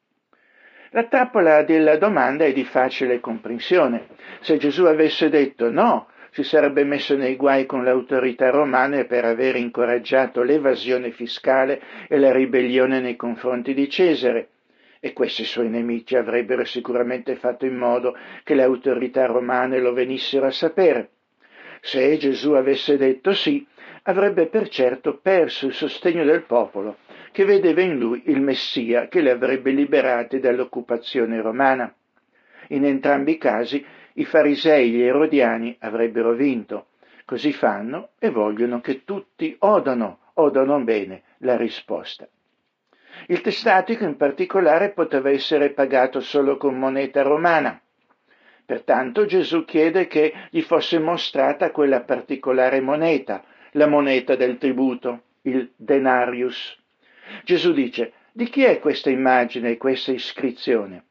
La trappola della domanda è di facile comprensione. Se Gesù avesse detto no, si sarebbe messo nei guai con le autorità romane per aver incoraggiato l'evasione fiscale e la ribellione nei confronti di Cesare. E questi suoi nemici avrebbero sicuramente fatto in modo che le autorità romane lo venissero a sapere. Se Gesù avesse detto sì, avrebbe per certo perso il sostegno del popolo, che vedeva in lui il Messia che li avrebbe liberati dall'occupazione romana. In entrambi i casi i farisei e gli erodiani avrebbero vinto. Così fanno e vogliono che tutti odano, odano bene la risposta. Il testatico in particolare poteva essere pagato solo con moneta romana. Pertanto Gesù chiede che gli fosse mostrata quella particolare moneta, la moneta del tributo, il denarius. Gesù dice: di chi è questa immagine e questa iscrizione?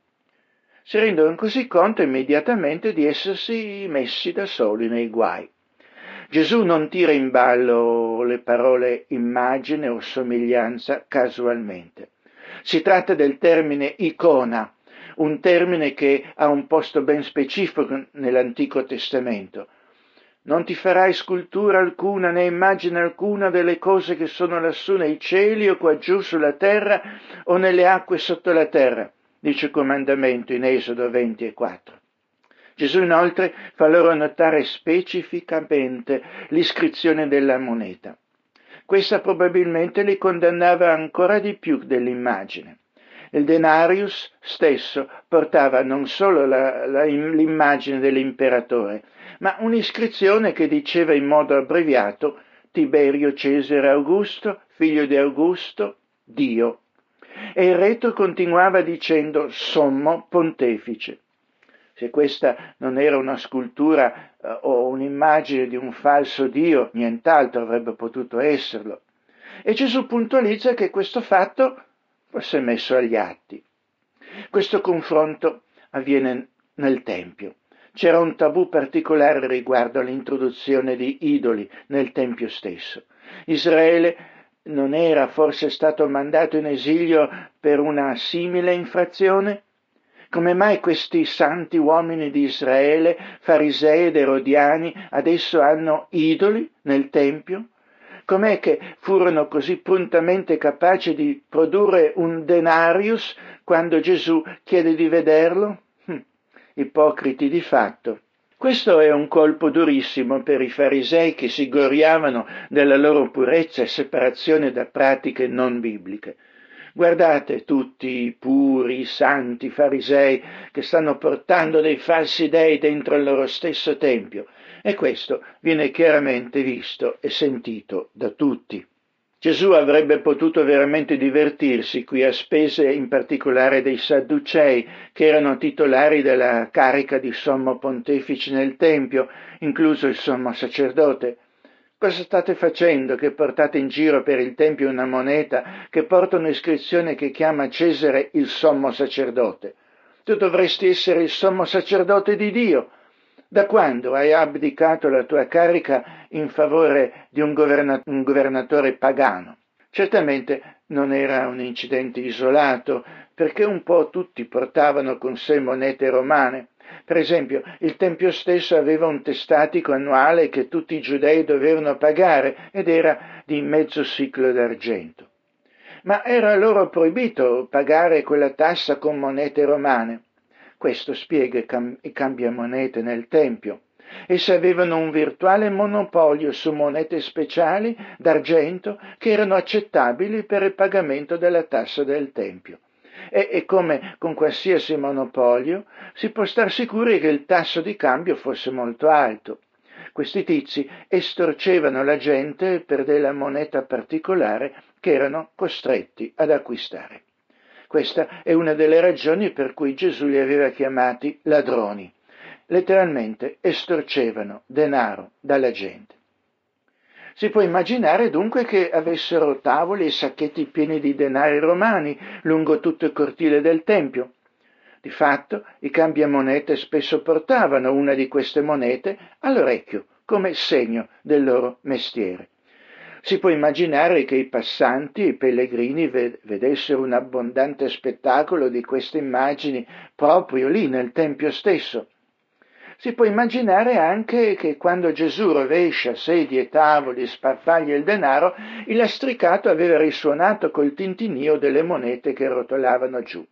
Si rendono così conto immediatamente di essersi messi da soli nei guai. Gesù non tira in ballo le parole immagine o somiglianza casualmente. Si tratta del termine icona, un termine che ha un posto ben specifico nell'Antico Testamento. Non ti farai scultura alcuna né immagine alcuna delle cose che sono lassù nei cieli o qua giù sulla terra o nelle acque sotto la terra, dice il comandamento in Esodo venti e quattro. Gesù inoltre fa loro notare specificamente l'iscrizione della moneta. Questa probabilmente li condannava ancora di più dell'immagine. Il denarius stesso portava non solo la, la, l'immagine dell'imperatore, ma un'iscrizione che diceva in modo abbreviato Tiberio Cesare Augusto, figlio di Augusto, Dio. E il retro continuava dicendo Sommo Pontefice. Se questa non era una scultura eh, o un'immagine di un falso Dio, nient'altro avrebbe potuto esserlo. E Gesù puntualizza che questo fatto fosse messo agli atti. Questo confronto avviene nel Tempio. C'era un tabù particolare riguardo all'introduzione di idoli nel Tempio stesso. Israele non era forse stato mandato in esilio per una simile infrazione? Come mai questi santi uomini di Israele, farisei ed erodiani, adesso hanno idoli nel Tempio? Com'è che furono così prontamente capaci di produrre un denarius quando Gesù chiede di vederlo? Hm, ipocriti di fatto. Questo è un colpo durissimo per i farisei che si gloriavano della loro purezza e separazione da pratiche non bibliche. Guardate tutti i puri, i santi farisei che stanno portando dei falsi dei dentro il loro stesso tempio, e questo viene chiaramente visto e sentito da tutti. Gesù avrebbe potuto veramente divertirsi qui a spese in particolare dei Sadducei, che erano titolari della carica di sommo pontefice nel Tempio, incluso il sommo sacerdote. Cosa state facendo che portate in giro per il Tempio una moneta che porta un'iscrizione che chiama Cesare il sommo sacerdote? Tu dovresti essere il sommo sacerdote di Dio. Da quando hai abdicato la tua carica in favore di un, governa- un governatore pagano? Certamente non era un incidente isolato, perché un po' tutti portavano con sé monete romane. Per esempio, il Tempio stesso aveva un testatico annuale che tutti i giudei dovevano pagare ed era di mezzo siclo d'argento. Ma era loro proibito pagare quella tassa con monete romane. Questo spiega i, cam- i cambiamonete nel Tempio. Essi avevano un virtuale monopolio su monete speciali d'argento che erano accettabili per il pagamento della tassa del Tempio. E, e come con qualsiasi monopolio, si può star sicuri che il tasso di cambio fosse molto alto. Questi tizi estorcevano la gente per della moneta particolare che erano costretti ad acquistare. Questa è una delle ragioni per cui Gesù li aveva chiamati ladroni. Letteralmente estorcevano denaro dalla gente. Si può immaginare dunque che avessero tavoli e sacchetti pieni di denari romani lungo tutto il cortile del Tempio. Di fatto, i cambiamonete spesso portavano una di queste monete all'orecchio come segno del loro mestiere. Si può immaginare che i passanti, i pellegrini, vedessero un abbondante spettacolo di queste immagini proprio lì nel Tempio stesso. Si può immaginare anche che quando Gesù rovescia sedie e tavoli e sparpaglia il denaro, il lastricato aveva risuonato col tintinnio delle monete che rotolavano giù.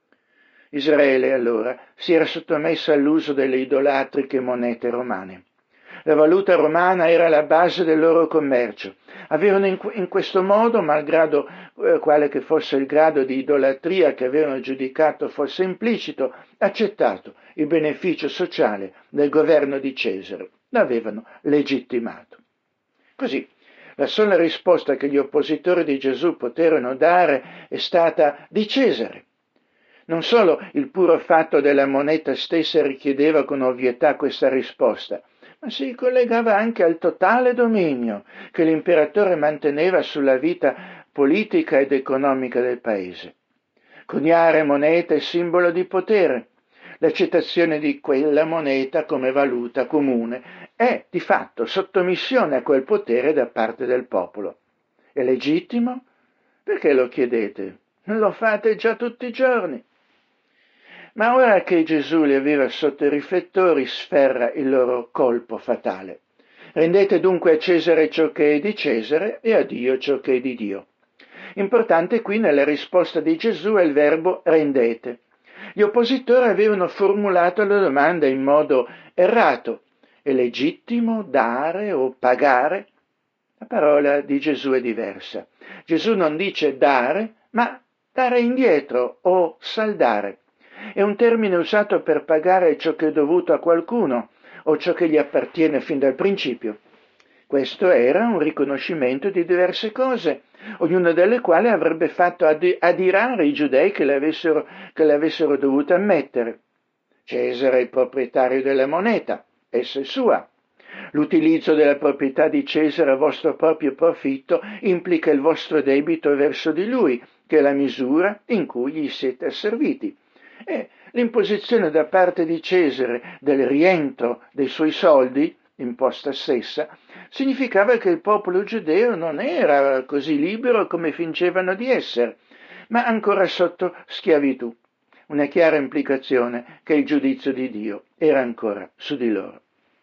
Israele allora si era sottomesso all'uso delle idolatriche monete romane. La valuta romana era la base del loro commercio. Avevano in, in questo modo, malgrado eh, quale che fosse il grado di idolatria che avevano giudicato fosse implicito, accettato il beneficio sociale del governo di Cesare. L'avevano legittimato. Così, la sola risposta che gli oppositori di Gesù poterono dare è stata di Cesare. Non solo il puro fatto della moneta stessa richiedeva con ovvietà questa risposta, ma si collegava anche al totale dominio che l'imperatore manteneva sulla vita politica ed economica del paese. Coniare moneta è simbolo di potere. L'accettazione di quella moneta come valuta comune è di fatto sottomissione a quel potere da parte del popolo. È legittimo? Perché lo chiedete? Lo fate già tutti i giorni. Ma ora che Gesù li aveva sotto i riflettori, sferra il loro colpo fatale. Rendete dunque a Cesare ciò che è di Cesare e a Dio ciò che è di Dio. Importante qui nella risposta di Gesù è il verbo rendete. Gli oppositori avevano formulato la domanda in modo errato. È legittimo dare o pagare? La parola di Gesù è diversa. Gesù non dice dare, ma dare indietro o saldare. È un termine usato per pagare ciò che è dovuto a qualcuno o ciò che gli appartiene fin dal principio. Questo era un riconoscimento di diverse cose, ognuna delle quali avrebbe fatto adirare i giudei che le avessero, che le avessero dovute ammettere. Cesare è il proprietario della moneta, essa è sua. L'utilizzo della proprietà di Cesare a vostro proprio profitto implica il vostro debito verso di lui, che è la misura in cui gli siete asserviti. E l'imposizione da parte di Cesare del rientro dei suoi soldi, imposta stessa, significava che il popolo giudeo non era così libero come fingevano di essere, ma ancora sotto schiavitù. Una chiara implicazione che il giudizio di Dio era ancora su di loro.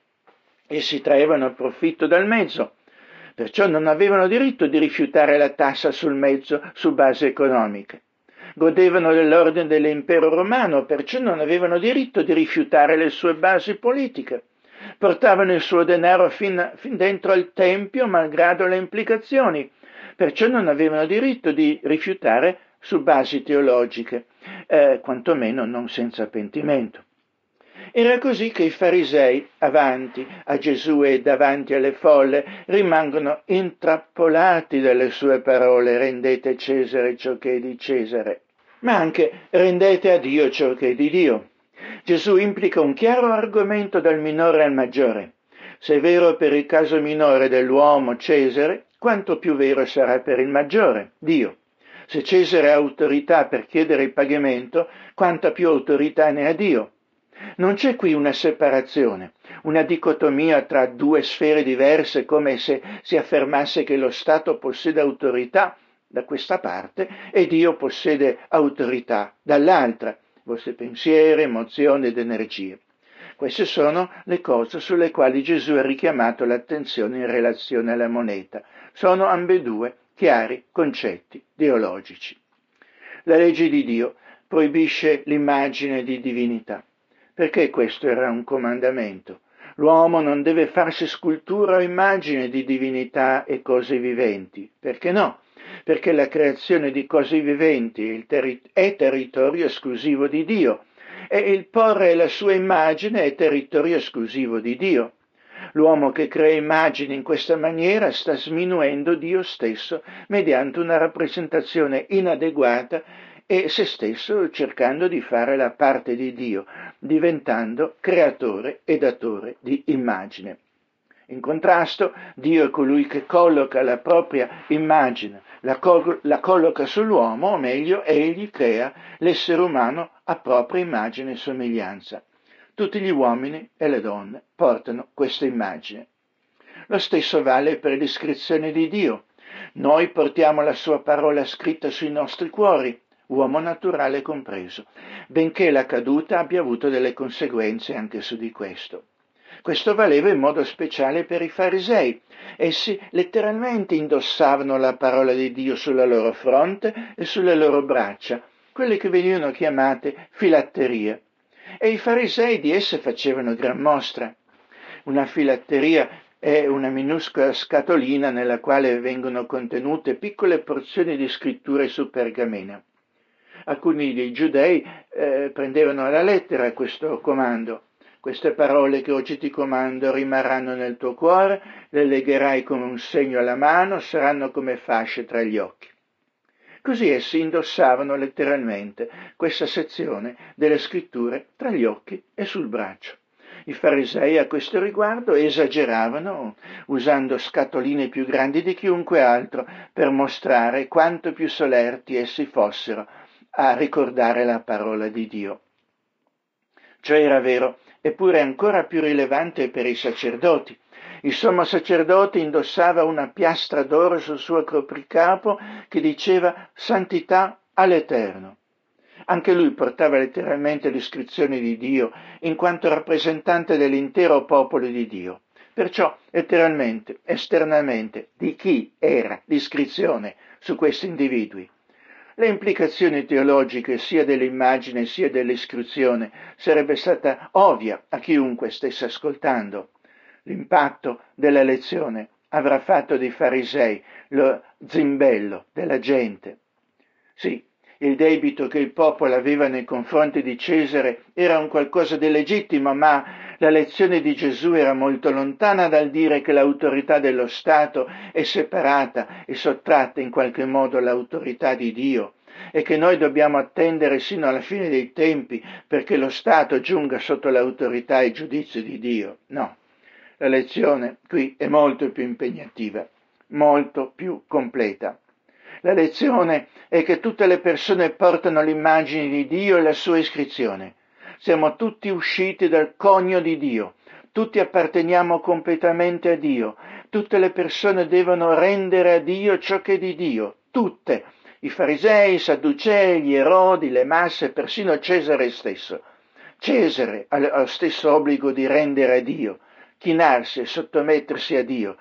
Essi traevano profitto dal mezzo, perciò non avevano diritto di rifiutare la tassa sul mezzo su base economica. Godevano dell'ordine dell'impero romano, perciò non avevano diritto di rifiutare le sue basi politiche. Portavano il suo denaro fin, fin dentro al Tempio, malgrado le implicazioni, perciò non avevano diritto di rifiutare su basi teologiche, eh, quantomeno non senza pentimento. Era così che i farisei, avanti a Gesù e davanti alle folle, rimangono intrappolati dalle sue parole: rendete Cesare ciò che è di Cesare, ma anche rendete a Dio ciò che è di Dio. Gesù implica un chiaro argomento dal minore al maggiore. Se è vero per il caso minore dell'uomo Cesare, quanto più vero sarà per il maggiore, Dio. Se Cesare ha autorità per chiedere il pagamento, quanta più autorità ne ha Dio. Non c'è qui una separazione, una dicotomia tra due sfere diverse, come se si affermasse che lo Stato possiede autorità da questa parte e Dio possiede autorità dall'altra, vostri pensieri, emozioni ed energie. Queste sono le cose sulle quali Gesù ha richiamato l'attenzione in relazione alla moneta. Sono ambedue chiari concetti teologici. La legge di Dio proibisce l'immagine di divinità. Perché questo era un comandamento? L'uomo non deve farsi scultura o immagine di divinità e cose viventi. Perché no? Perché la creazione di cose viventi è territorio esclusivo di Dio e il porre la sua immagine è territorio esclusivo di Dio. L'uomo che crea immagini in questa maniera sta sminuendo Dio stesso mediante una rappresentazione inadeguata e se stesso cercando di fare la parte di Dio, diventando creatore e datore di immagine. In contrasto, Dio è colui che colloca la propria immagine, la, co- la colloca sull'uomo, o meglio, egli crea l'essere umano a propria immagine e somiglianza. Tutti gli uomini e le donne portano questa immagine. Lo stesso vale per l'iscrizione di Dio. Noi portiamo la sua parola scritta sui nostri cuori, uomo naturale compreso, benché la caduta abbia avuto delle conseguenze anche su di questo. Questo valeva in modo speciale per i farisei. Essi letteralmente indossavano la parola di Dio sulla loro fronte e sulle loro braccia, quelle che venivano chiamate filatterie. E i farisei di esse facevano gran mostra. Una filatteria è una minuscola scatolina nella quale vengono contenute piccole porzioni di scritture su pergamena. Alcuni dei giudei eh, prendevano alla lettera questo comando. Queste parole che oggi ti comando rimarranno nel tuo cuore, le legherai come un segno alla mano, saranno come fasce tra gli occhi. Così essi indossavano letteralmente questa sezione delle scritture tra gli occhi e sul braccio. I farisei a questo riguardo esageravano, usando scatoline più grandi di chiunque altro per mostrare quanto più solerti essi fossero a ricordare la parola di Dio. Ciò era vero, eppure ancora più rilevante per i sacerdoti. Il sommo sacerdote indossava una piastra d'oro sul suo copricapo che diceva santità all'Eterno. Anche lui portava letteralmente l'iscrizione di Dio, in quanto rappresentante dell'intero popolo di Dio. Perciò, letteralmente, esternamente, di chi era l'iscrizione su questi individui? Le implicazioni teologiche sia dell'immagine sia dell'iscrizione sarebbe stata ovvia a chiunque stesse ascoltando. L'impatto della lezione avrà fatto dei farisei lo zimbello della gente. Sì, il debito che il popolo aveva nei confronti di Cesare era un qualcosa di legittimo, ma la lezione di Gesù era molto lontana dal dire che l'autorità dello Stato è separata e sottratta in qualche modo all'autorità di Dio e che noi dobbiamo attendere sino alla fine dei tempi perché lo Stato giunga sotto l'autorità e il giudizio di Dio. No, la lezione qui è molto più impegnativa, molto più completa. La lezione è che tutte le persone portano l'immagine di Dio e la sua iscrizione. Siamo tutti usciti dal conio di Dio, tutti apparteniamo completamente a Dio, tutte le persone devono rendere a Dio ciò che è di Dio, tutte, i farisei, i sadducei, gli erodi, le masse, persino Cesare stesso. Cesare ha lo stesso obbligo di rendere a Dio, chinarsi e sottomettersi a Dio,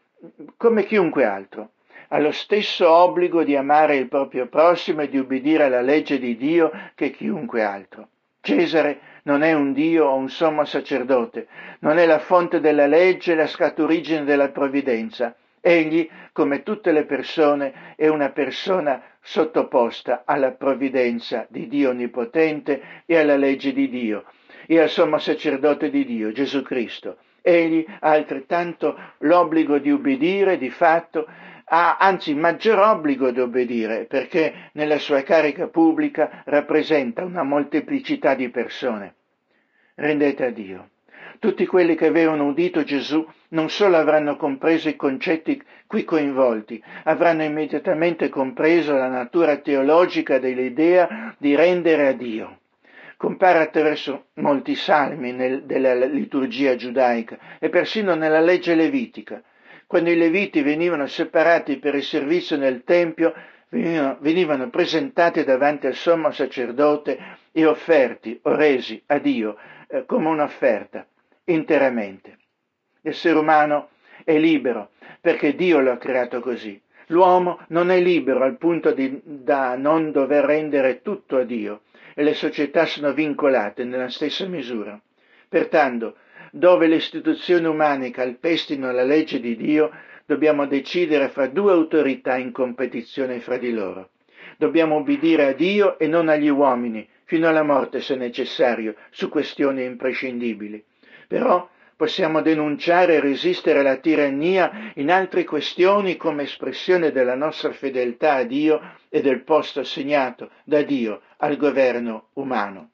come chiunque altro. Ha lo stesso obbligo di amare il proprio prossimo e di ubbidire alla legge di Dio che chiunque altro. Cesare non è un Dio o un sommo sacerdote, non è la fonte della legge e la scaturigine della provvidenza. Egli, come tutte le persone, è una persona sottoposta alla provvidenza di Dio Onnipotente e alla legge di Dio e al sommo sacerdote di Dio, Gesù Cristo. Egli ha altrettanto l'obbligo di ubbidire, di fatto, ha anzi maggior obbligo di obbedire, perché nella sua carica pubblica rappresenta una molteplicità di persone. Rendete a Dio Tutti quelli che avevano udito Gesù non solo avranno compreso i concetti qui coinvolti, avranno immediatamente compreso la natura teologica dell'idea di rendere a Dio. Compare attraverso molti salmi nel, della liturgia giudaica e persino nella legge levitica. Quando i leviti venivano separati per il servizio nel Tempio, venivano, venivano presentati davanti al sommo sacerdote e offerti o resi a Dio eh, come un'offerta, interamente. L'essere umano è libero perché Dio lo ha creato così. L'uomo non è libero al punto di, da non dover rendere tutto a Dio e le società sono vincolate nella stessa misura. Pertanto, dove le istituzioni umane calpestino la legge di Dio, dobbiamo decidere fra due autorità in competizione fra di loro. Dobbiamo obbedire a Dio e non agli uomini, fino alla morte se necessario, su questioni imprescindibili. Però possiamo denunciare e resistere alla tirannia in altre questioni come espressione della nostra fedeltà a Dio e del posto assegnato da Dio al governo umano.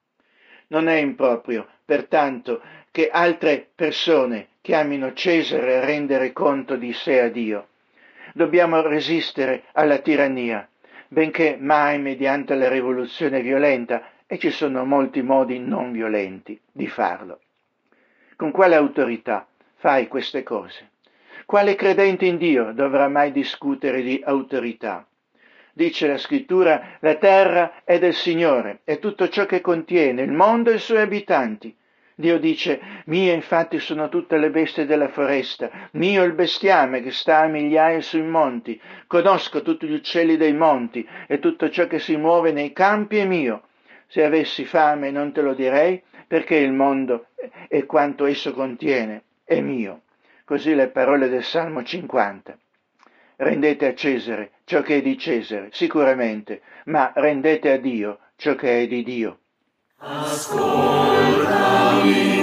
Non è improprio, pertanto, che altre persone chiamino Cesare a rendere conto di sé a Dio. Dobbiamo resistere alla tirannia, benché mai mediante la rivoluzione violenta, e ci sono molti modi non violenti di farlo. Con quale autorità fai queste cose? Quale credente in Dio dovrà mai discutere di autorità? Dice la scrittura, la terra è del Signore e tutto ciò che contiene, il mondo e i suoi abitanti. Dio dice, mie infatti sono tutte le bestie della foresta, mio il bestiame che sta a migliaia sui monti, conosco tutti gli uccelli dei monti e tutto ciò che si muove nei campi è mio. Se avessi fame non te lo direi, perché il mondo e quanto esso contiene è mio. Così le parole del Salmo cinquanta. Rendete a Cesare ciò che è di Cesare, sicuramente, ma rendete a Dio ciò che è di Dio. Ascoltami.